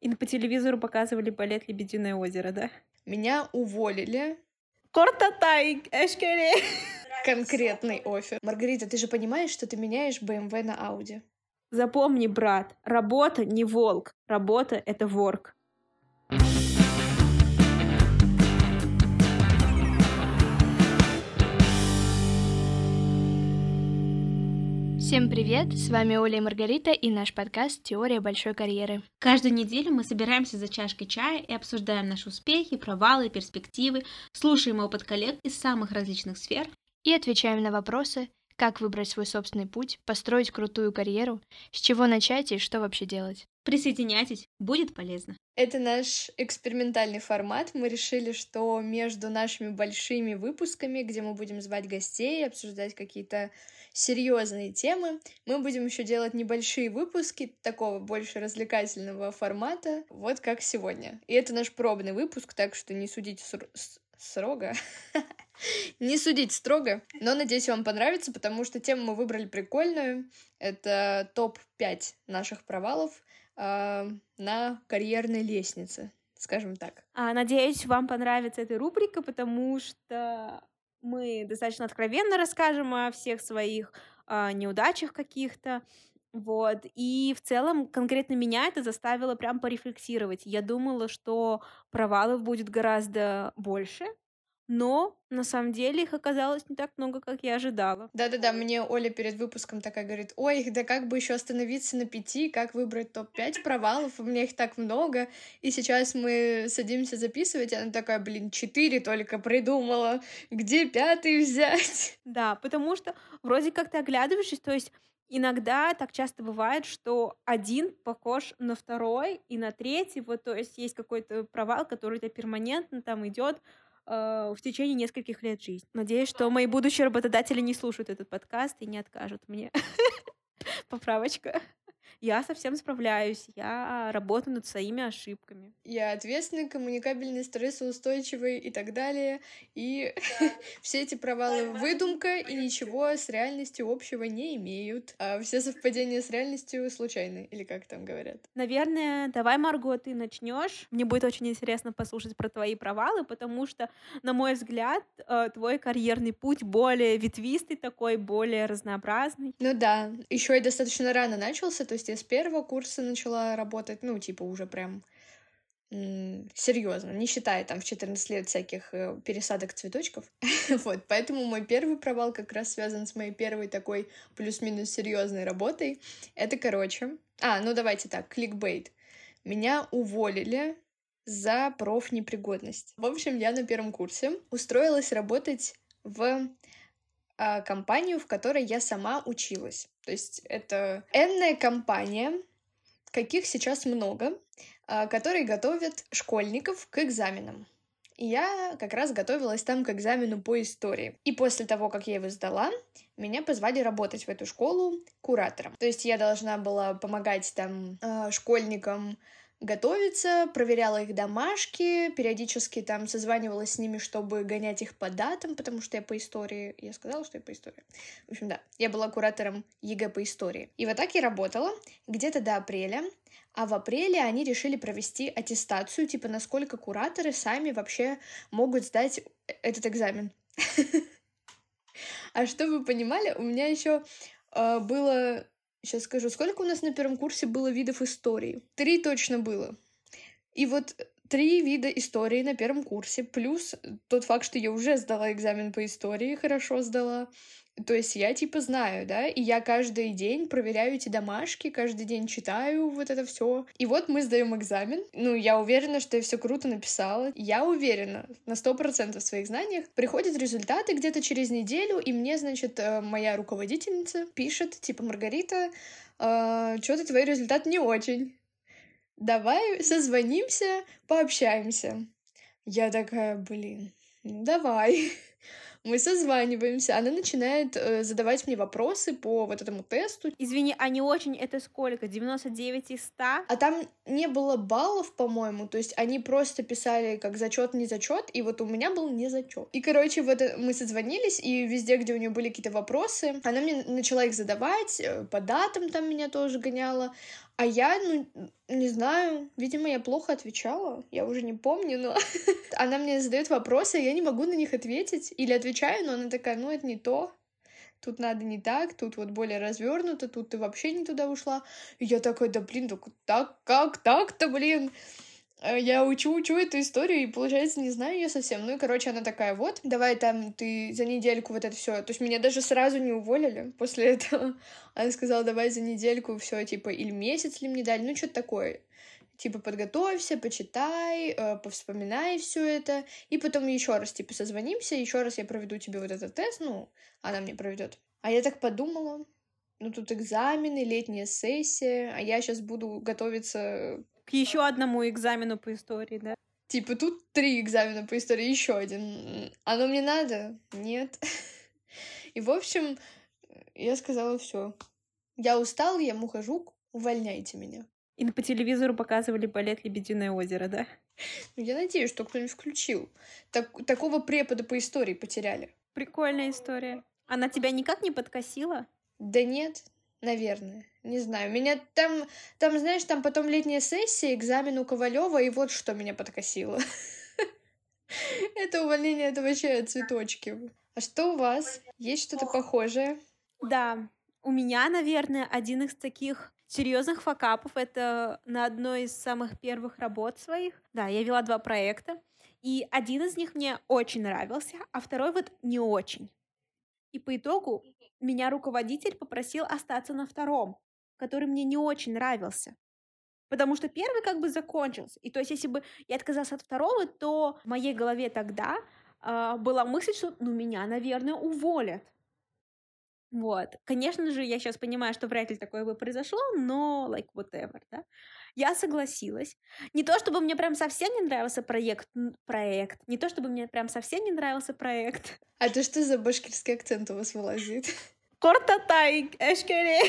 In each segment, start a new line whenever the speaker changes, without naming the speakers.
И по телевизору показывали балет «Лебединое озеро», да?
Меня уволили.
Кортатай, эшкере.
Конкретный оффер. Маргарита, ты же понимаешь, что ты меняешь BMW на Audi?
Запомни, брат, работа не волк, работа — это ворк.
Всем привет, с вами Оля и Маргарита и наш подкаст «Теория большой карьеры».
Каждую неделю мы собираемся за чашкой чая и обсуждаем наши успехи, провалы, перспективы, слушаем опыт коллег из самых различных сфер
и отвечаем на вопросы, как выбрать свой собственный путь, построить крутую карьеру, с чего начать и что вообще делать.
Присоединяйтесь, будет полезно.
Это наш экспериментальный формат. Мы решили, что между нашими большими выпусками, где мы будем звать гостей, обсуждать какие-то серьезные темы, мы будем еще делать небольшие выпуски такого больше развлекательного формата, вот как сегодня. И это наш пробный выпуск, так что не судите строго. Не судить строго, но надеюсь, вам понравится, потому что тему мы выбрали прикольную. Это топ-5 наших провалов на карьерной лестнице, скажем так.
Надеюсь, вам понравится эта рубрика, потому что мы достаточно откровенно расскажем о всех своих неудачах каких-то. Вот. И в целом конкретно меня это заставило прям порефлексировать. Я думала, что провалов будет гораздо больше, но на самом деле их оказалось не так много, как я ожидала.
Да-да-да, мне Оля перед выпуском такая говорит: ой, да как бы еще остановиться на 5, как выбрать топ-5 провалов, у меня их так много. И сейчас мы садимся записывать, и она такая: блин, 4 только придумала, где 5 взять?
Да, потому что вроде как ты оглядываешься, то есть иногда так часто бывает, что один похож на второй и на третий, вот, то есть есть какой-то провал, который у тебя перманентно там идет в течение нескольких лет жизни. Надеюсь, что мои будущие работодатели не слушают этот подкаст и не откажут мне. Поправочка. Я совсем справляюсь, я работаю над своими ошибками.
Я ответственный, коммуникабельный, стрессоустойчивый и так далее. И все эти провалы выдумка и ничего с реальностью общего не имеют. А все совпадения с реальностью случайны, или как там говорят.
Наверное, давай, Марго, ты начнешь. Мне будет очень интересно послушать про твои провалы, потому что, на мой взгляд, твой карьерный путь более ветвистый такой, более разнообразный.
Ну да, еще и достаточно рано начался, то есть я с первого курса начала работать, ну, типа, уже прям серьезно, не считая там в 14 лет всяких пересадок цветочков. Вот, поэтому мой первый провал как раз связан с моей первой такой плюс-минус серьезной работой. Это, короче... ну давайте так, кликбейт. Меня уволили за профнепригодность. В общем, я на первом курсе устроилась работать в компанию, в которой я сама училась. То есть это энная компания, каких сейчас много, которые готовят школьников к экзаменам. И я как раз готовилась там к экзамену по истории. И после того, как я его сдала, меня позвали работать в эту школу куратором. То есть я должна была помогать там школьникам готовиться, проверяла их домашки, периодически там созванивалась с ними, чтобы гонять их по датам, потому что я по истории... Я сказала, что я по истории. В общем, да, я была куратором ЕГЭ по истории. И вот так я работала где-то до апреля. А в апреле они решили провести аттестацию, типа, насколько кураторы сами вообще могут сдать этот экзамен. А что вы понимали, у меня еще было... Сейчас скажу, сколько у нас на первом курсе было видов истории? 3 точно было. И вот 3 вида истории на первом курсе, плюс тот факт, что я уже сдала экзамен по истории, хорошо сдала. То есть я типа знаю, да, и я каждый день проверяю эти домашки, каждый день читаю вот это все. И вот мы сдаем экзамен. Ну, я уверена, что я все круто написала. Я уверена на 100% в своих знаниях. Приходят результаты где-то через неделю, и мне, значит, моя руководительница пишет, типа: Маргарита, что-то твои результаты не очень. Давай созвонимся, пообщаемся. Я такая: блин, ну давай. Мы созваниваемся, она начинает задавать мне вопросы по вот этому тесту.
Извини, а не очень это сколько? 99 из 100?
А там не было баллов, по-моему, то есть они просто писали как зачет, не зачет, и вот у меня был не зачет. И, короче, вот мы созвонились, и везде, где у нее были какие-то вопросы, она мне начала их задавать, по датам там меня тоже гоняла, а я, не знаю, видимо, я плохо отвечала, я уже не помню, но она мне задает вопросы, а я не могу на них ответить, или отвечаю, но она такая, это не то. Тут надо не так, тут вот более развернуто, тут ты вообще не туда ушла. И я такой, да блин, как так-то, блин? Я учу эту историю, и, получается, не знаю ее совсем. Ну и, короче, она такая, вот, давай там ты за недельку вот это все. То есть меня даже сразу не уволили после этого. Она сказала, давай за недельку все, типа, или месяц ли мне дали, ну что-то такое. Типа, подготовься, почитай, повспоминай все это, и потом еще раз, типа, созвонимся, еще раз я проведу тебе вот этот тест, она мне проведет. А я так подумала, тут экзамены, летняя сессия, а я сейчас буду готовиться...
К еще одному экзамену по истории, да?
Типа, тут 3 экзамена по истории, еще один. Оно мне надо? Нет. И, в общем, я сказала, все. Я устал, я мухожук, увольняйте меня.
И по телевизору показывали балет «Лебединое озеро», да?
Я надеюсь, что кто-нибудь включил. Такого препода по истории потеряли.
Прикольная история. Она тебя никак не подкосила?
Да нет, наверное. Не знаю. Меня там, знаешь, там потом летняя сессия, экзамен у Ковалева, и вот что меня подкосило. Это увольнение, это вообще цветочки. А что у вас? Есть что-то похожее?
Да, у меня, наверное, один из таких серьезных факапов — это на одной из самых первых работ своих. Да, я вела 2 проекта, и один из них мне очень нравился, а второй вот не очень. И по итогу меня руководитель попросил остаться на втором, который мне не очень нравился. Потому что первый как бы закончился. И то есть, если бы я отказалась от второго, то в моей голове тогда была мысль, что меня, наверное, уволят. Вот. Конечно же, я сейчас понимаю, что вряд ли такое бы произошло, но like whatever, да. Я согласилась. Не то, чтобы мне прям совсем не нравился проект. Не то, чтобы мне прям совсем не нравился проект.
А то что за башкирский акцент у вас вылазит?
Кортатай, эшкере.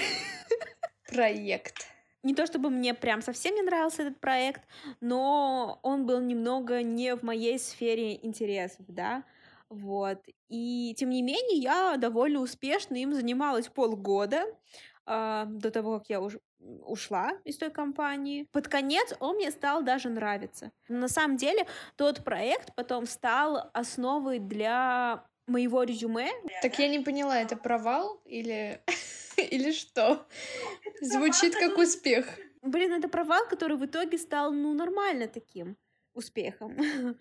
Проект.
Не то, чтобы мне прям совсем не нравился этот проект, но он был немного не в моей сфере интересов, да. Вот. И тем не менее, я довольно успешно им занималась полгода, до того, как я уже ушла из той компании. Под конец он мне стал даже нравиться. На самом деле, тот проект потом стал основой для моего резюме.
Так я не поняла, это провал или или что? Звучит как успех.
Блин, это провал, который в итоге стал, нормально таким успехом.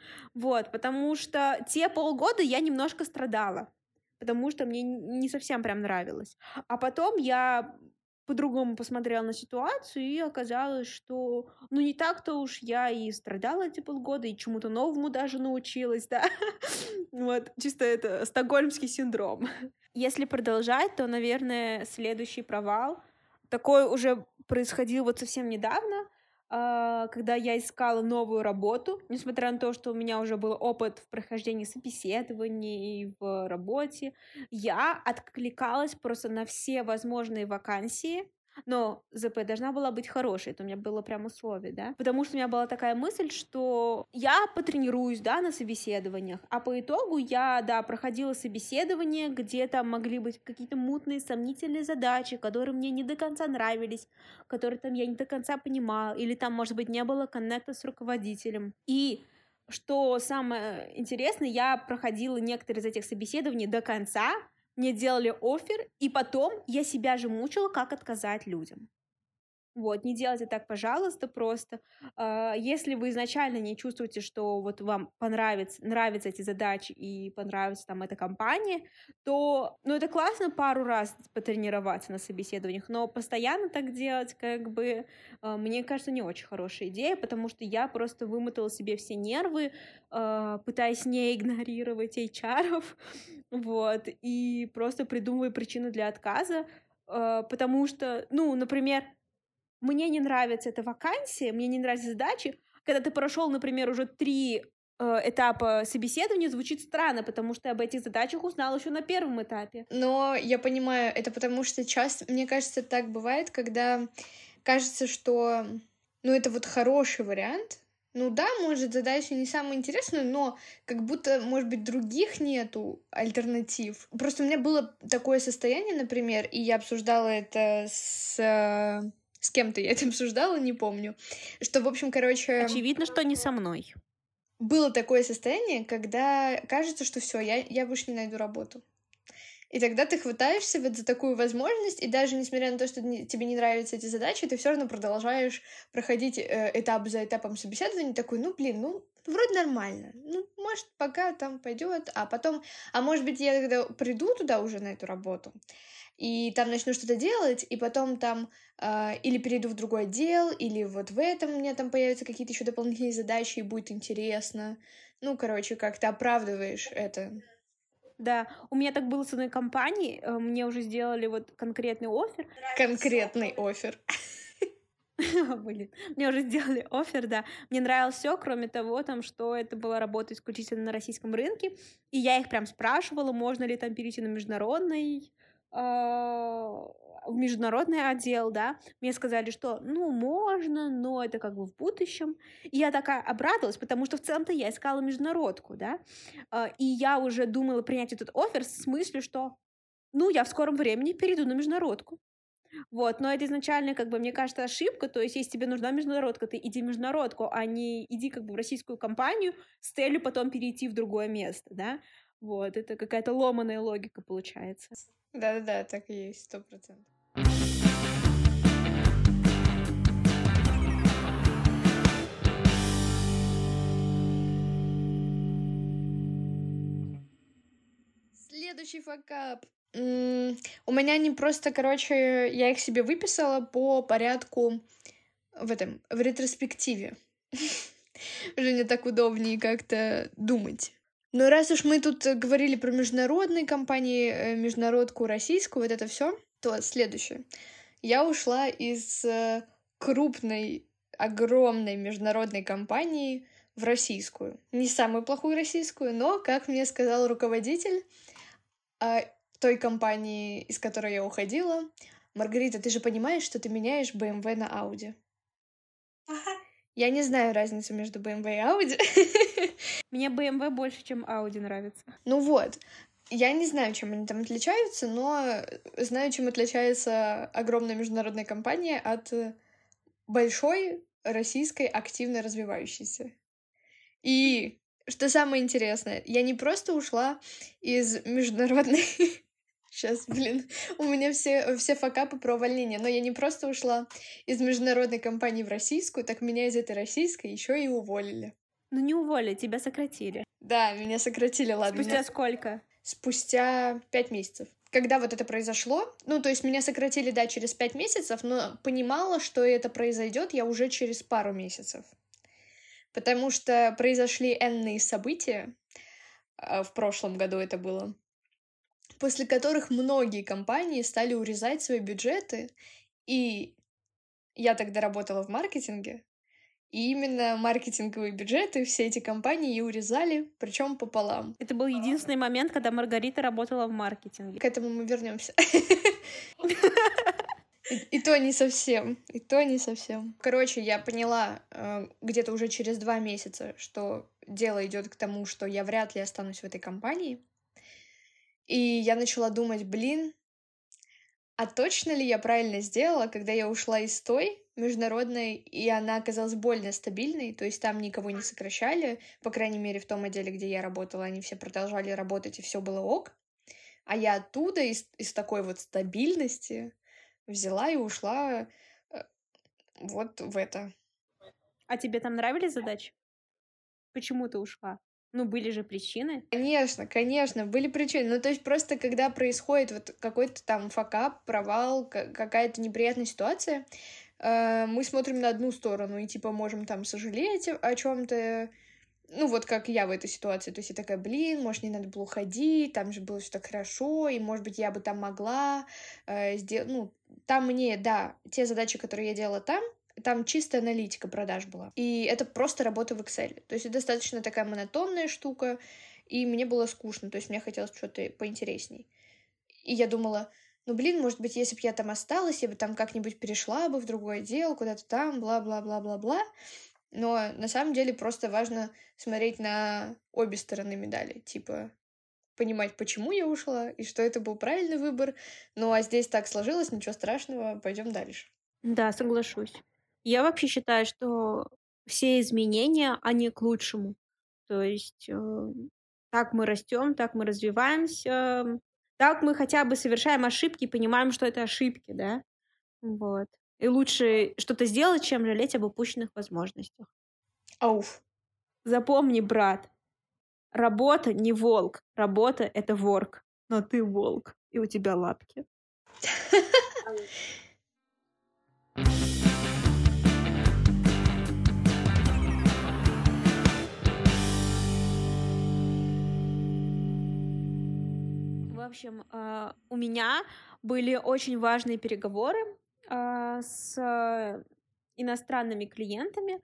Вот, потому что те полгода я немножко страдала, потому что мне не совсем прям нравилось. А потом я по-другому посмотрела на ситуацию, и оказалось, что, не так-то уж я и страдала эти полгода, и чему-то новому даже научилась, да. Вот, чисто это стокгольмский синдром. Если продолжать, то, наверное, следующий провал такой уже происходил вот совсем недавно, когда я искала новую работу, несмотря на то, что у меня уже был опыт в прохождении собеседований и в работе, я откликалась просто на все возможные вакансии, но ЗП должна была быть хорошей, это у меня было прям условие, да, потому что у меня была такая мысль, что я потренируюсь, да, на собеседованиях, а по итогу я, да, проходила собеседование, где там могли быть какие-то мутные, сомнительные задачи, которые мне не до конца нравились, которые там я не до конца понимала, или там, может быть, не было коннекта с руководителем. И что самое интересное, я проходила некоторые из этих собеседований до конца, мне делали оффер, и потом я себя же мучила, как отказать людям. Вот, не делайте так, пожалуйста, просто. Если вы изначально не чувствуете, что вот вам нравятся эти задачи и понравится там эта компания, то, это классно пару раз потренироваться на собеседованиях, но постоянно так делать, как бы, мне кажется, не очень хорошая идея, потому что я просто вымотала себе все нервы, пытаясь не игнорировать HR, вот, и просто придумывая причины для отказа, потому что, например, мне не нравится эта вакансия, мне не нравятся задачи. Когда ты прошел, например, уже 3 этапа собеседования, звучит странно, потому что об этих задачах узнал еще на первом этапе.
Но я понимаю, это потому что часто, мне кажется, так бывает, когда кажется, что Ну, это вот хороший вариант. Ну да, может, задача не самая интересная, но как будто, может быть, других нету альтернатив. Просто у меня было такое состояние, например, и я обсуждала это с кем-то, я это обсуждала, не помню, что, в общем, короче,
Очевидно, что не со мной.
было такое состояние, когда кажется, что все, я больше не найду работу. И тогда ты хватаешься вот за такую возможность, и даже несмотря на то, что тебе не нравятся эти задачи, ты все равно продолжаешь проходить этап за этапом собеседования, такой, ну, блин, ну, вроде нормально, ну, может, пока там пойдет, а потом, а может быть, я тогда приду туда уже на эту работу, и там начну что-то делать, и потом там или перейду в другой отдел, или вот в этом у меня там появятся какие-то еще дополнительные задачи, и будет интересно. Ну, короче, как ты оправдываешь это.
Да, у меня так было с одной компанией, мне уже сделали вот конкретный оффер.
Конкретный оффер.
Блин, мне уже сделали оффер, да. Мне нравилось все, кроме того, там, что это была работа исключительно на российском рынке, и я их прям спрашивала, можно ли там перейти на международный, в международный отдел, да. Мне сказали, что, ну, можно, но это как бы в будущем. И я такая обрадовалась, потому что в целом-то я искала международку, да. И я уже думала принять этот оффер с мыслью, что, ну, я в скором времени перейду на международку. Вот, но это изначально, как бы, мне кажется, ошибка. То есть, если тебе нужна международка, ты иди в международку, а не иди как бы в российскую компанию с целью потом перейти в другое место, да? Вот, это какая-то ломаная логика получается.
Да-да-да, так и есть, 100%. Следующий факап. У меня они просто, короче, я их себе выписала по порядку в ретроспективе. Уже не так удобнее как-то думать. Но раз уж мы тут говорили про международные компании, международку российскую, вот это все, то следующее. Я ушла из крупной, огромной международной компании в российскую. Не самую плохую российскую, но, как мне сказал руководитель той компании, из которой я уходила, Маргарита, ты же понимаешь, что ты меняешь BMW на Audi? Я не знаю разницу между BMW и Audi.
Мне BMW больше, чем Audi нравится.
Ну вот, я не знаю, чем они там отличаются, но знаю, чем отличается огромная международная компания от большой российской активно развивающейся. И что самое интересное, я не просто ушла из международной... Сейчас, блин, у меня все факапы про увольнение, но я не просто ушла из международной компании в российскую, так меня из этой российской еще и уволили.
Ну не уволили, тебя сократили.
Да, меня сократили, ладно.
Спустя сколько?
Спустя 5 месяцев. Когда вот это произошло, ну, то есть меня сократили, да, через 5 месяцев, но понимала, что это произойдет я уже через пару месяцев. Потому что произошли энные события, в прошлом году это было, после которых многие компании стали урезать свои бюджеты, и я тогда работала в маркетинге, и именно маркетинговые бюджеты все эти компании и урезали, причем пополам.
Это был единственный момент, когда Маргарита работала в маркетинге.
К этому мы вернемся. И то не совсем, и то не совсем. Короче, я поняла где-то уже через 2 месяца, что дело идет к тому, что я вряд ли останусь в этой компании. И я начала думать, блин, а точно ли я правильно сделала, когда я ушла из той международной, и она оказалась более стабильной, то есть там никого не сокращали, по крайней мере, в том отделе, где я работала, они все продолжали работать, и все было ок. А я оттуда, из такой вот стабильности, взяла и ушла вот в это.
А тебе там нравились задачи? Почему ты ушла? Ну, были же причины.
Конечно, были причины. Ну, то есть просто когда происходит вот какой-то там факап, провал, какая-то неприятная ситуация, мы смотрим на одну сторону и типа можем там сожалеть о чем-то. Ну, вот как я в этой ситуации. То есть я такая, блин, может, не надо было уходить, там же было все так хорошо, и, может быть, я бы там могла сделать... Ну, там мне, да, те задачи, которые я делала там чистая аналитика продаж была. И это просто работа в Excel. То есть это достаточно такая монотонная штука, и мне было скучно. То есть мне хотелось что-то поинтересней. И я думала, ну, блин, может быть, если бы я там осталась, я бы там как-нибудь перешла бы в другой отдел, куда-то там, бла-бла-бла-бла-бла. Но на самом деле просто важно смотреть на обе стороны медали, типа понимать, почему я ушла и что это был правильный выбор. Ну, а здесь так сложилось, ничего страшного, пойдем дальше.
Да, соглашусь. Я вообще считаю, что все изменения, они к лучшему. То есть, так мы растем, так мы развиваемся, так мы хотя бы совершаем ошибки и понимаем, что это ошибки, да. Вот. И лучше что-то сделать, чем жалеть об упущенных возможностях.
Ауф.
Запомни, брат, работа не волк, работа — это ворк, но ты волк, и у тебя лапки. В общем, у меня были очень важные переговоры с иностранными клиентами,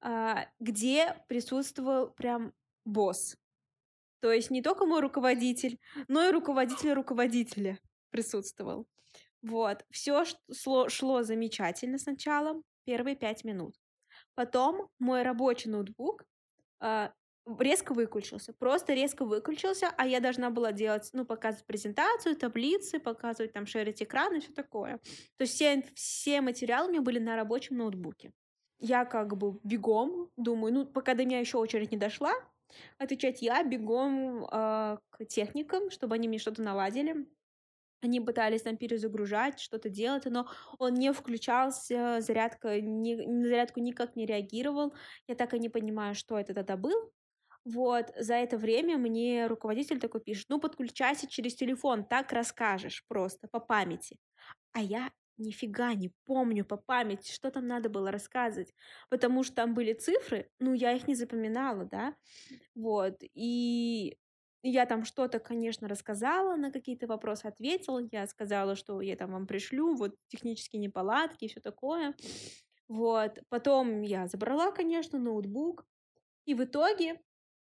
где присутствовал прям босс. То есть не только мой руководитель, но и руководитель руководителя присутствовал. Вот. Все шло замечательно сначала, первые 5 минут. Потом мой рабочий ноутбук а, резко выключился. Просто резко выключился, а я должна была делать, ну, показывать презентацию, таблицы, показывать там, шерить экран и все такое. То есть все материалы у меня были на рабочем ноутбуке. Я как бы бегом думаю, ну, пока до меня еще очередь не дошла, отвечать я бегом к техникам, чтобы они мне что-то наладили. Они пытались там перезагружать, что-то делать, но он не включался, на зарядку никак не реагировал. Я так и не понимаю, что это тогда был. Вот, за это время мне руководитель такой пишет: ну, подключайся через телефон, так расскажешь просто по памяти. А я нифига не помню по памяти, что там надо было рассказывать, потому что там были цифры, ну, я их не запоминала, да, вот, и я там что-то, конечно, рассказала, на какие-то вопросы ответила, я сказала, что я там вам пришлю, вот, технические неполадки и все такое, вот, потом я забрала, конечно, ноутбук, и в итоге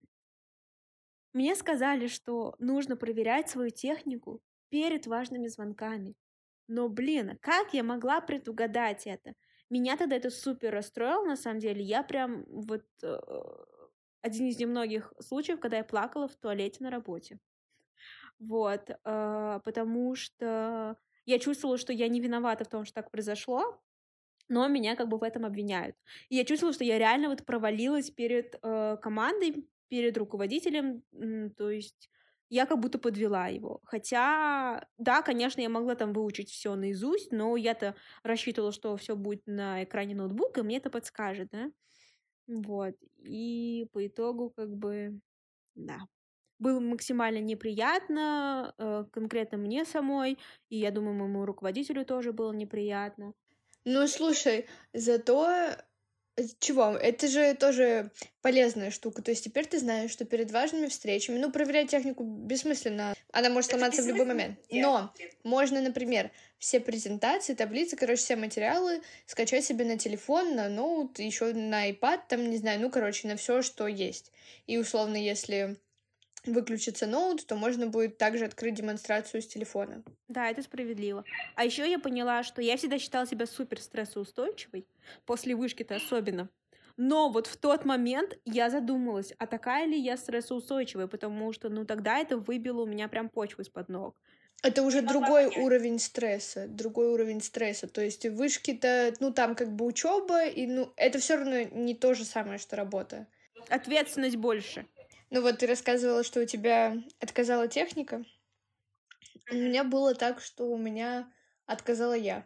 мне сказали, что нужно проверять свою технику перед важными звонками. Но, блин, а как я могла предугадать это? Меня тогда это супер расстроило, на самом деле. Я прям вот один из немногих случаев, когда я плакала в туалете на работе. Вот, потому что я чувствовала, что я не виновата в том, что так произошло, но меня как бы в этом обвиняют. И я чувствовала, что я реально вот провалилась перед командой, перед руководителем, то есть я как будто подвела его. Хотя, да, конечно, я могла там выучить все наизусть, но я-то рассчитывала, что все будет на экране ноутбука, и мне это подскажет, да. Вот. И по итогу, как бы, да. Было максимально неприятно, конкретно мне самой, и я думаю, моему руководителю тоже было неприятно.
Ну, слушай, зато чего? Это же тоже полезная штука. То есть теперь ты знаешь, что перед важными встречами, ну, проверять технику бессмысленно. Она может сломаться в любой момент. Но можно, например, все презентации, таблицы, короче, все материалы скачать себе на телефон, на ноут, еще на iPad, там, не знаю, ну, короче, на все, что есть. И условно, если выключится ноут, то можно будет также открыть демонстрацию с телефона.
Да, это справедливо. А еще я поняла, что я всегда считала себя супер стрессоустойчивой, после вышки-то особенно. Но вот в тот момент я задумалась, а такая ли я стрессоустойчивая, потому что, ну, тогда это выбило у меня прям почву из-под ног.
Это уже другой уровень стресса, То есть вышки-то, ну, там как бы учеба, и, ну, это все равно не то же самое, что работа.
Ответственность больше.
Ну, вот ты рассказывала, что у тебя отказала техника. У меня было так, что у меня отказала я.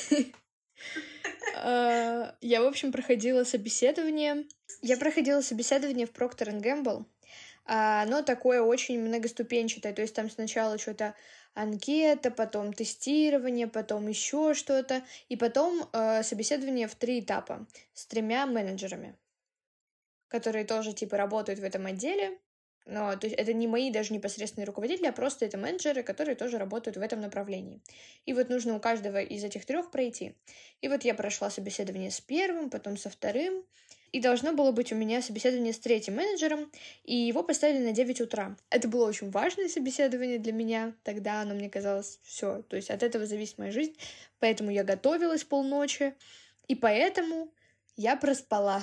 Я, в общем, проходила собеседование. Я проходила собеседование в Procter & Gamble. Оно такое очень многоступенчатое. То есть там сначала что-то анкета, потом тестирование, потом еще что-то. И потом собеседование в 3 этапа с 3 менеджерами, которые тоже, типа, работают в этом отделе. Но, то есть это не мои даже непосредственные руководители, а просто это менеджеры, которые тоже работают в этом направлении. И вот нужно у каждого из этих 3 пройти. И вот я прошла собеседование с первым, потом со вторым. и должно было быть у меня собеседование с третьим менеджером, и его поставили на 9 утра. Это было очень важное собеседование для меня, тогда оно мне казалось все, то есть от этого зависит моя жизнь, поэтому я готовилась полночи, и поэтому я проспала.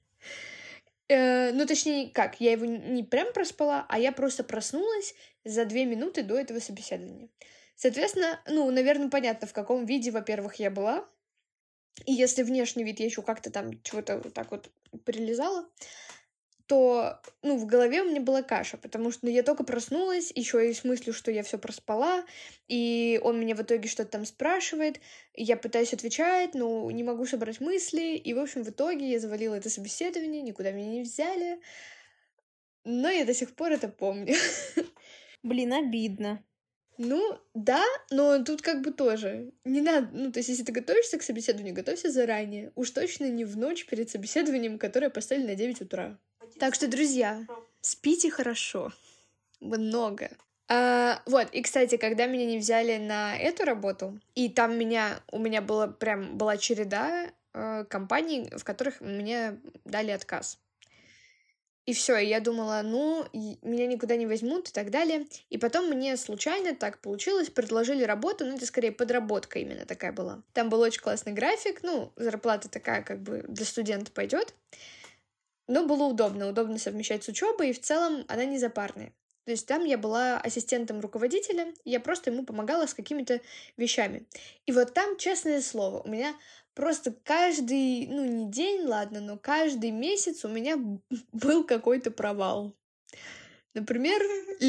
Ну, точнее, как, я его не прям проспала, а я просто проснулась за 2 минуты до этого собеседования. Соответственно, ну, наверное, понятно, в каком виде, во-первых, я была, и если внешний вид я еще как-то там чего-то вот так вот прилезала, то, ну, в голове у меня была каша, потому что я только проснулась, еще и с мыслью, что я все проспала, и он меня в итоге что-то там спрашивает, и я пытаюсь отвечать, но не могу собрать мысли, и, в общем, в итоге я завалила это собеседование, никуда меня не взяли, но я до сих пор это помню.
Блин, обидно.
Ну, да, но тут как бы тоже не надо, ну, то есть если ты готовишься к собеседованию, готовься заранее, уж точно не в ночь перед собеседованием, которое поставили на 9 утра. Так что, друзья, спите хорошо. Много. Вот, и, кстати, когда меня не взяли на эту работу, и там у меня была череда компаний, в которых мне дали отказ. И все, и я думала, ну, меня никуда не возьмут и так далее. И потом мне случайно так получилось, предложили работу, ну, это скорее подработка именно такая была. Там был очень классный график, ну, зарплата такая как бы для студента пойдет. Но было удобно совмещать с учебой, и в целом она не запарная. То есть там я была ассистентом руководителя, и я просто ему помогала с какими-то вещами. И вот там, честное слово, у меня просто каждый, ну не день, ладно, но каждый месяц у меня был какой-то провал. Например,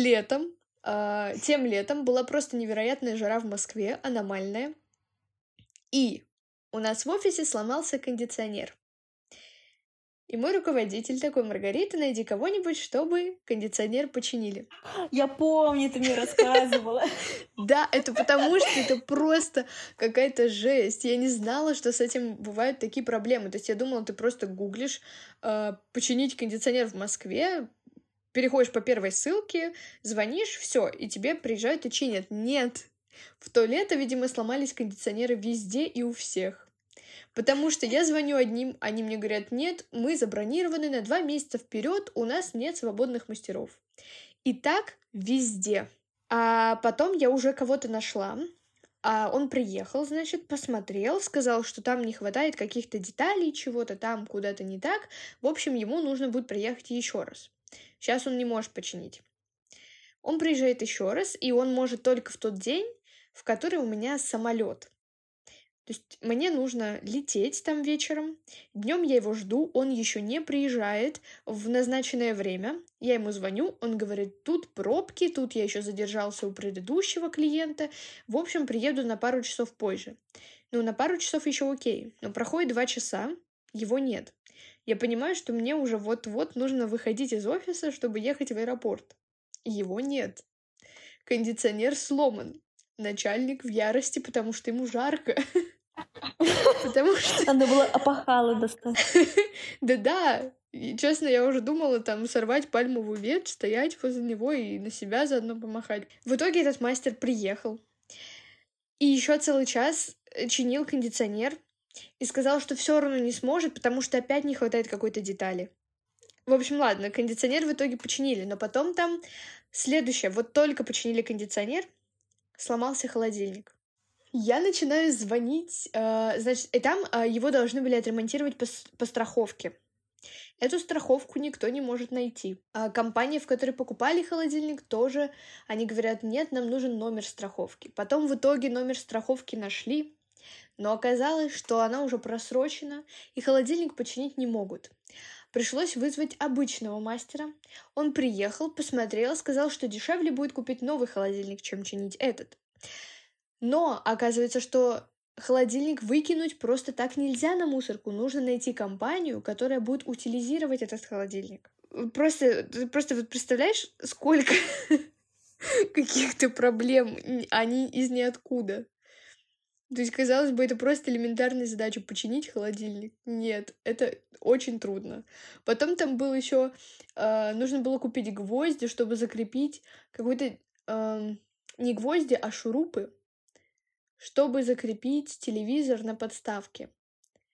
тем летом была просто невероятная жара в Москве, аномальная. И у нас в офисе сломался кондиционер. И мой руководитель такой: Маргарита, найди кого-нибудь, чтобы кондиционер починили.
Я помню, ты мне рассказывала.
Да, это потому что это просто какая-то жесть. Я не знала, что с этим бывают такие проблемы. То есть я думала, ты просто гуглишь починить кондиционер в Москве, переходишь по первой ссылке, звонишь, все, и тебе приезжают и чинят. Нет. В то лето, видимо, сломались кондиционеры везде и у всех. Потому что я звоню одним, они мне говорят: нет, мы забронированы на 2 месяца вперед, у нас нет свободных мастеров. И так везде. А потом я уже кого-то нашла, он приехал, значит, посмотрел, сказал, что там не хватает каких-то деталей, чего-то там куда-то не так. В общем, ему нужно будет приехать еще раз. Сейчас он не может починить. Он приезжает еще раз, и он может только в тот день, в который у меня самолет. То есть мне нужно лететь там вечером, днем я его жду, он еще не приезжает в назначенное время. Я ему звоню, он говорит: тут пробки, тут я еще задержался у предыдущего клиента. В общем, приеду на пару часов позже. Ну, на пару часов еще окей, но проходит 2 часа, его нет. Я понимаю, что мне уже вот-вот нужно выходить из офиса, чтобы ехать в аэропорт. Его нет. Кондиционер сломан. Начальник в ярости, потому что ему жарко. Потому что...
Надо было опахало достать.
Да-да. И, честно, я уже думала там сорвать пальмовую ветвь, стоять возле него и на себя заодно помахать. В итоге этот мастер приехал. И еще целый час чинил кондиционер. И сказал, что все равно не сможет, потому что опять не хватает какой-то детали. В общем, ладно, кондиционер в итоге починили. Но потом там следующее. Вот только починили кондиционер, сломался холодильник. Я начинаю звонить, значит, и там его должны были отремонтировать по страховке. Эту страховку никто не может найти. Компания, в которой покупали холодильник, тоже, они говорят: нет, нам нужен номер страховки. Потом в итоге номер страховки нашли, но оказалось, что она уже просрочена, и холодильник починить не могут. Пришлось вызвать обычного мастера. Он приехал, посмотрел, сказал, что дешевле будет купить новый холодильник, чем чинить этот. Но оказывается, что холодильник выкинуть просто так нельзя на мусорку. Нужно найти компанию, которая будет утилизировать этот холодильник. Просто вот представляешь, сколько каких-то проблем, они из ниоткуда. То есть, казалось бы, это просто элементарная задача — починить холодильник. Нет, это очень трудно. Потом там был еще... нужно было купить гвозди, чтобы закрепить какой-то... не гвозди, а шурупы, чтобы закрепить телевизор на подставке.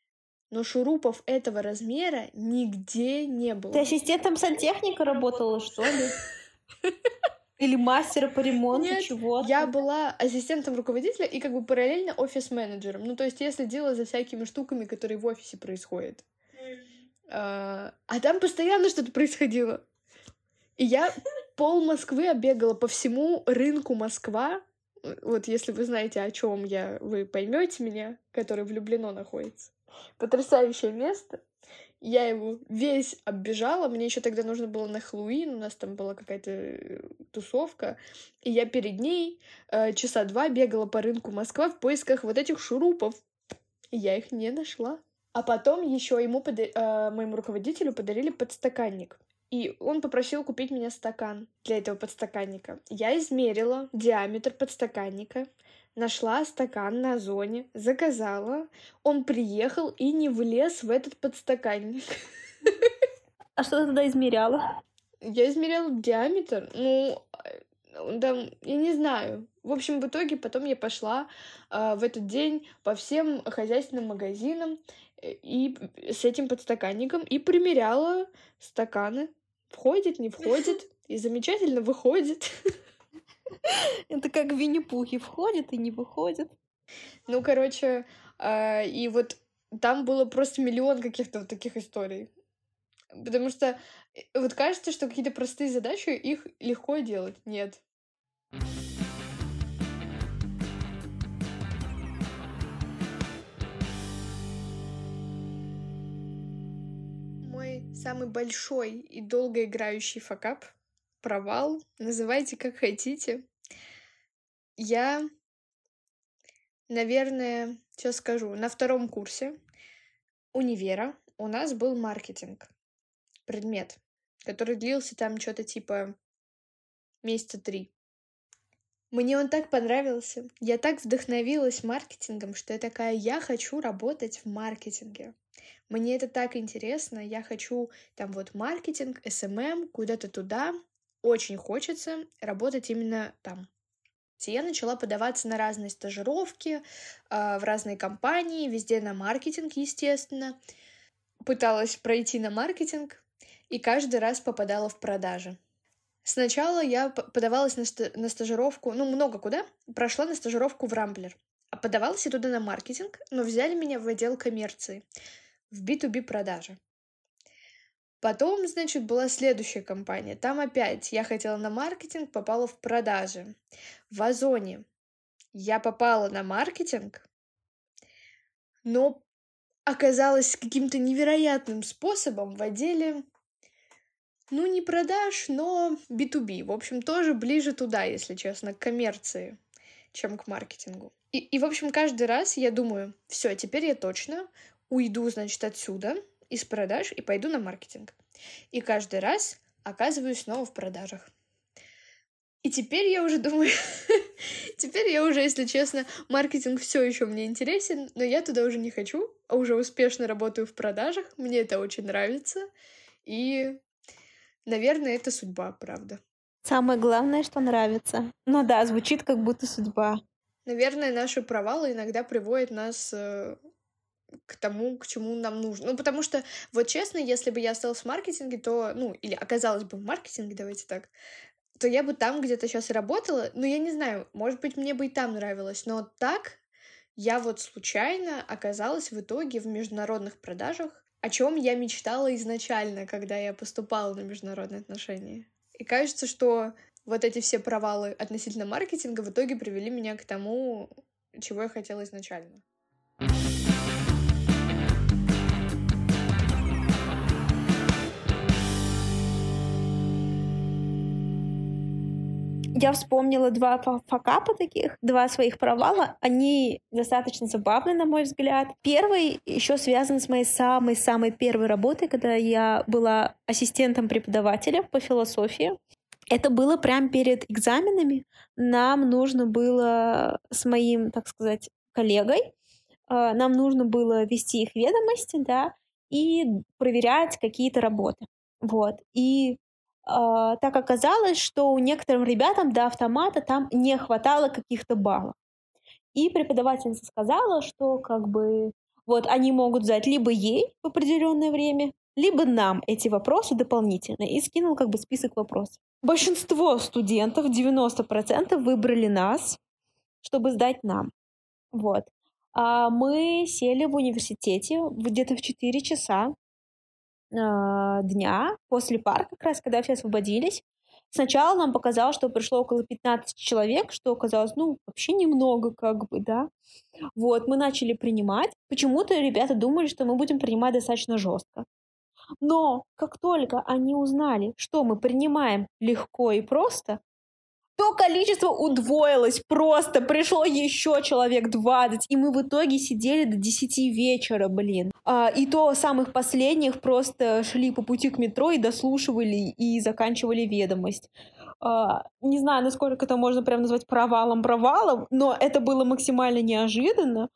но шурупов этого размера нигде не
Ты
было.
ассистентом сантехника работала, что ли? Или мастера по ремонту
Нет,
чего-то?
я была ассистентом руководителя и как бы параллельно офис-менеджером. Ну, то есть я следила за всякими штуками, которые в офисе происходят. А там постоянно что-то происходило. И я пол Москвы оббегала по всему рынку Москва. Вот если вы знаете, о чем я, вы поймете меня, который в Люблино находится. Потрясающее место. Я его весь оббежала. Мне еще тогда нужно было на Хэллоуин. У нас там была какая-то тусовка. И я перед ней часа 2 бегала по рынку Москва в поисках вот этих шурупов. И я их не нашла. А потом еще моему руководителю подарили подстаканник. И он попросил купить мне стакан для этого подстаканника. Я измерила диаметр подстаканника, нашла стакан на Озоне, заказала. Он приехал и не влез в этот подстаканник.
А что ты тогда измеряла?
Я измеряла диаметр, да, я не знаю. В общем, в итоге потом я пошла в этот день по всем хозяйственным магазинам и с этим подстаканником и примеряла стаканы. Входит, не входит, и замечательно выходит.
Это как Винни-Пухи, входит и не выходит.
Ну, короче, и вот там было просто миллион каких-то вот таких историй. Потому что вот кажется, что какие-то простые задачи, их легко делать. Нет. Мой самый большой и долгоиграющий факап, провал, называйте как хотите. Я, наверное, сейчас скажу, на 2 курсе универа у нас был маркетинг, предмет, который длился там что-то типа месяца 3. Мне он так понравился, я так вдохновилась маркетингом, что я такая, я хочу работать в маркетинге. Мне это так интересно, я хочу там вот маркетинг, СММ, куда-то туда. Очень хочется работать именно там. Я начала подаваться на разные стажировки, в разные компании, везде на маркетинг, естественно. Пыталась пройти на маркетинг и каждый раз попадала в продажи. Сначала я подавалась на стажировку, много куда, прошла на стажировку в Рамблер. А подавалась я туда на маркетинг, но взяли меня в отдел коммерции, в B2B продажи. Потом, значит, была следующая компания. Там опять я хотела на маркетинг, попала в продажи. В Озоне я попала на маркетинг, но оказалась каким-то невероятным способом в отделе, не продаж, но B2B. В общем, тоже ближе туда, если честно, к коммерции, чем к маркетингу. И в общем, каждый раз я думаю, все, теперь я точно уйду, значит, отсюда, из продаж, и пойду на маркетинг. И каждый раз оказываюсь снова в продажах. И теперь я уже думаю, если честно, маркетинг все еще мне интересен, но я туда уже не хочу, а уже успешно работаю в продажах, мне это очень нравится, и, наверное, это судьба, правда.
Самое главное, что нравится. Ну да, звучит как будто судьба.
Наверное, наши провалы иногда приводят нас к тому, к чему нам нужно. Потому что, вот честно, если бы я осталась в маркетинге, то, или оказалась бы в маркетинге, давайте так, то я бы там где-то сейчас работала. Я не знаю, может быть, мне бы и там нравилось, но так я вот случайно оказалась в итоге в международных продажах, о чем я мечтала изначально, когда я поступала на международные отношения. И кажется, что вот эти все провалы относительно маркетинга в итоге привели меня к тому, чего я хотела изначально.
Я вспомнила 2 факапа таких, 2 своих провала. Они достаточно забавны, на мой взгляд. Первый еще связан с моей самой-самой первой работой, когда я была ассистентом преподавателя по философии. Это было прямо перед экзаменами. Нам нужно было с моим, так сказать, коллегой, нам нужно было вести их ведомости, да, и проверять какие-то работы. Вот. И так оказалось, что у некоторым ребятам до автомата там не хватало каких-то баллов. И преподавательница сказала, что Вот они могут задать либо ей в определенное время, либо нам эти вопросы дополнительно. И скинул как бы список вопросов. Большинство студентов, 90%, выбрали нас, чтобы сдать нам. Вот. А мы сели в университете где-то в 4 часа дня после пар, как раз когда все освободились. Сначала нам показалось, что пришло около 15 человек, что оказалось, ну, вообще немного, как бы, да. Вот, мы начали принимать. Почему-то ребята думали, что мы будем принимать достаточно жестко. Но как только они узнали, что мы принимаем легко и просто, то количество удвоилось просто. Пришло еще человек 20, и мы в итоге сидели до 10 вечера, блин. И то самых последних просто шли по пути к метро и дослушивали, и заканчивали ведомость. Не знаю, насколько это можно прям назвать провалом, но это было максимально неожиданно.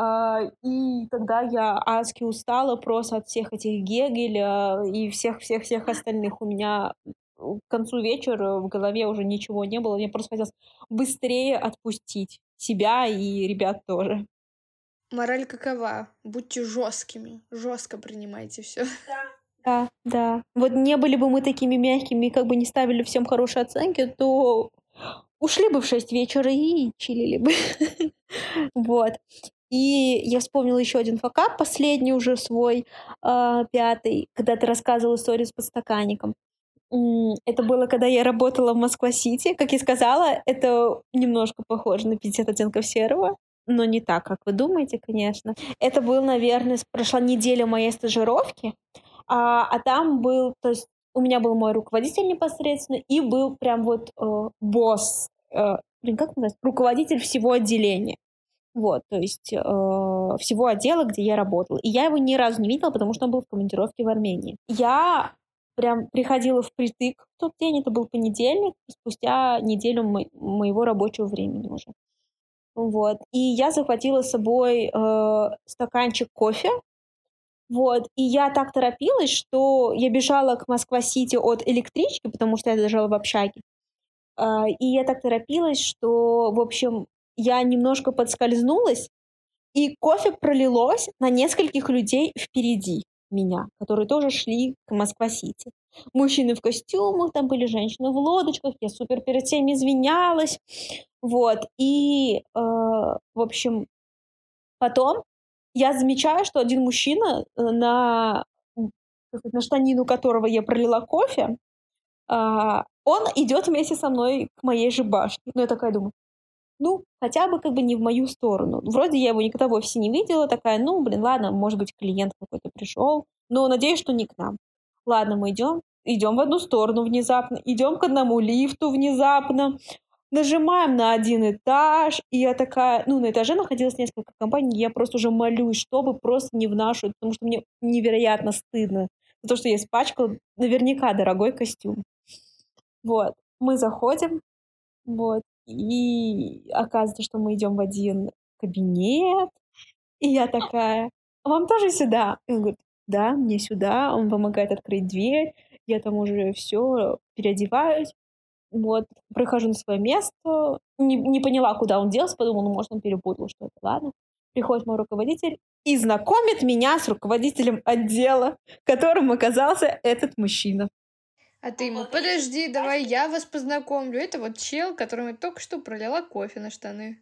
И тогда я адски устала просто от всех этих Гегеля и всех остальных. У меня к концу вечера в голове уже ничего не было. Мне просто хотелось быстрее отпустить себя и ребят тоже.
Мораль какова? Будьте жесткими. Жестко принимайте все.
Да, да. Вот не были бы мы такими мягкими и как бы не ставили всем хорошие оценки, то ушли бы в 6 вечера и чилили бы. Вот. И я вспомнила еще один факап, последний уже свой, 5-й, когда ты рассказывала историю с подстаканником. Это было, когда я работала в Москва-Сити. Как я сказала, это немножко похоже на 50 оттенков серого, но не так, как вы думаете, конечно. Это был, наверное, прошла неделя моей стажировки, а там был, то есть у меня был мой руководитель непосредственно и был прям вот босс, как это называется, руководитель всего отделения. Вот, то есть всего отдела, где я работала. И я его ни разу не видела, потому что он был в командировке в Армении. Я прям приходила впритык в тот день, это был понедельник, спустя неделю моего рабочего времени уже. Вот. И я захватила с собой стаканчик кофе. Вот. И я так торопилась, что я бежала к Москва-Сити от электрички, потому что я лежала в общаге. И я так торопилась, что, в общем, я немножко подскользнулась, и кофе пролилось на нескольких людей впереди меня, которые тоже шли к Москва-Сити. Мужчины в костюмах, там были женщины в лодочках, я супер перед всеми извинялась. Вот. И, в общем, потом я замечаю, что один мужчина, на штанину которого я пролила кофе, он идет вместе со мной к моей же башне. Ну, я такая думаю, ну, хотя бы как бы не в мою сторону. Вроде я его никогда в офисе не видела, такая, ну, блин, ладно, может быть, клиент какой-то пришел, но надеюсь, что не к нам. Ладно, мы идем в одну сторону внезапно, идем к одному лифту внезапно, нажимаем на один этаж, и я такая, ну, на этаже находилось несколько компаний, я просто уже молюсь, чтобы просто не в нашу, потому что мне невероятно стыдно за то, что я испачкала наверняка дорогой костюм. Вот, мы заходим, вот, и оказывается, что мы идем в один кабинет, и я такая, а вам тоже сюда? И он говорит, да, мне сюда. Он помогает открыть дверь, я там уже все переодеваюсь, вот, прихожу на свое место, не поняла, куда он делся, подумала, ну, может, он перепутал что-то, ладно. Приходит мой руководитель и знакомит меня с руководителем отдела, которым оказался этот мужчина.
А ты ему, подожди, давай я вас познакомлю. Это вот чел, которому я только что пролила кофе на штаны.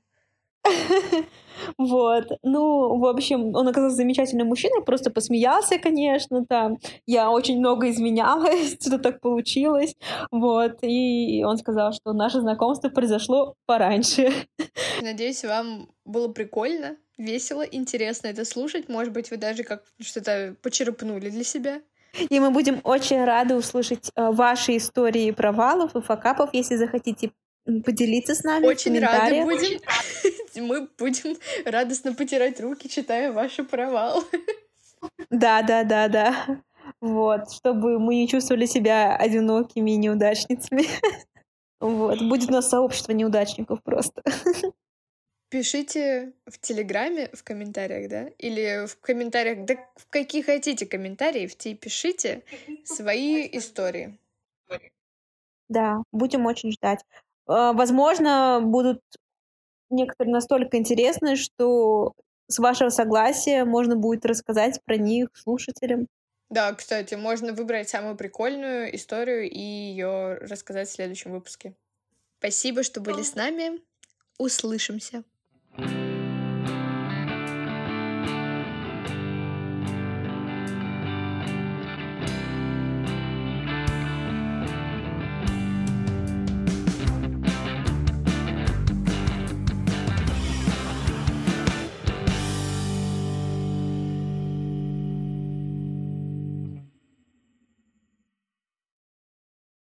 Вот. Ну, в общем, он оказался замечательным мужчиной, просто посмеялся, конечно, там. Я очень много изменялась, что так получилось. Вот. И он сказал, что наше знакомство произошло пораньше.
Надеюсь, вам было прикольно, весело, интересно это слушать. Может быть, вы даже как что-то почерпнули для себя.
И мы будем очень рады услышать ваши истории провалов и факапов, если захотите поделиться с нами
Очень
в
рады
комментариях.
будем. Мы будем радостно потирать руки, читая ваши провалы.
Да. Вот, чтобы мы не чувствовали себя одинокими и неудачницами. Вот, будет у нас сообщество неудачников просто.
Пишите в Телеграме в комментариях, да? Или в комментариях, да в какие хотите комментарии, в те пишите свои истории.
Да, будем очень ждать. Возможно, будут некоторые настолько интересные, что с вашего согласия можно будет рассказать про них слушателям.
Да, кстати, можно выбрать самую прикольную историю и ее рассказать в следующем выпуске. Спасибо, что были с нами. Услышимся.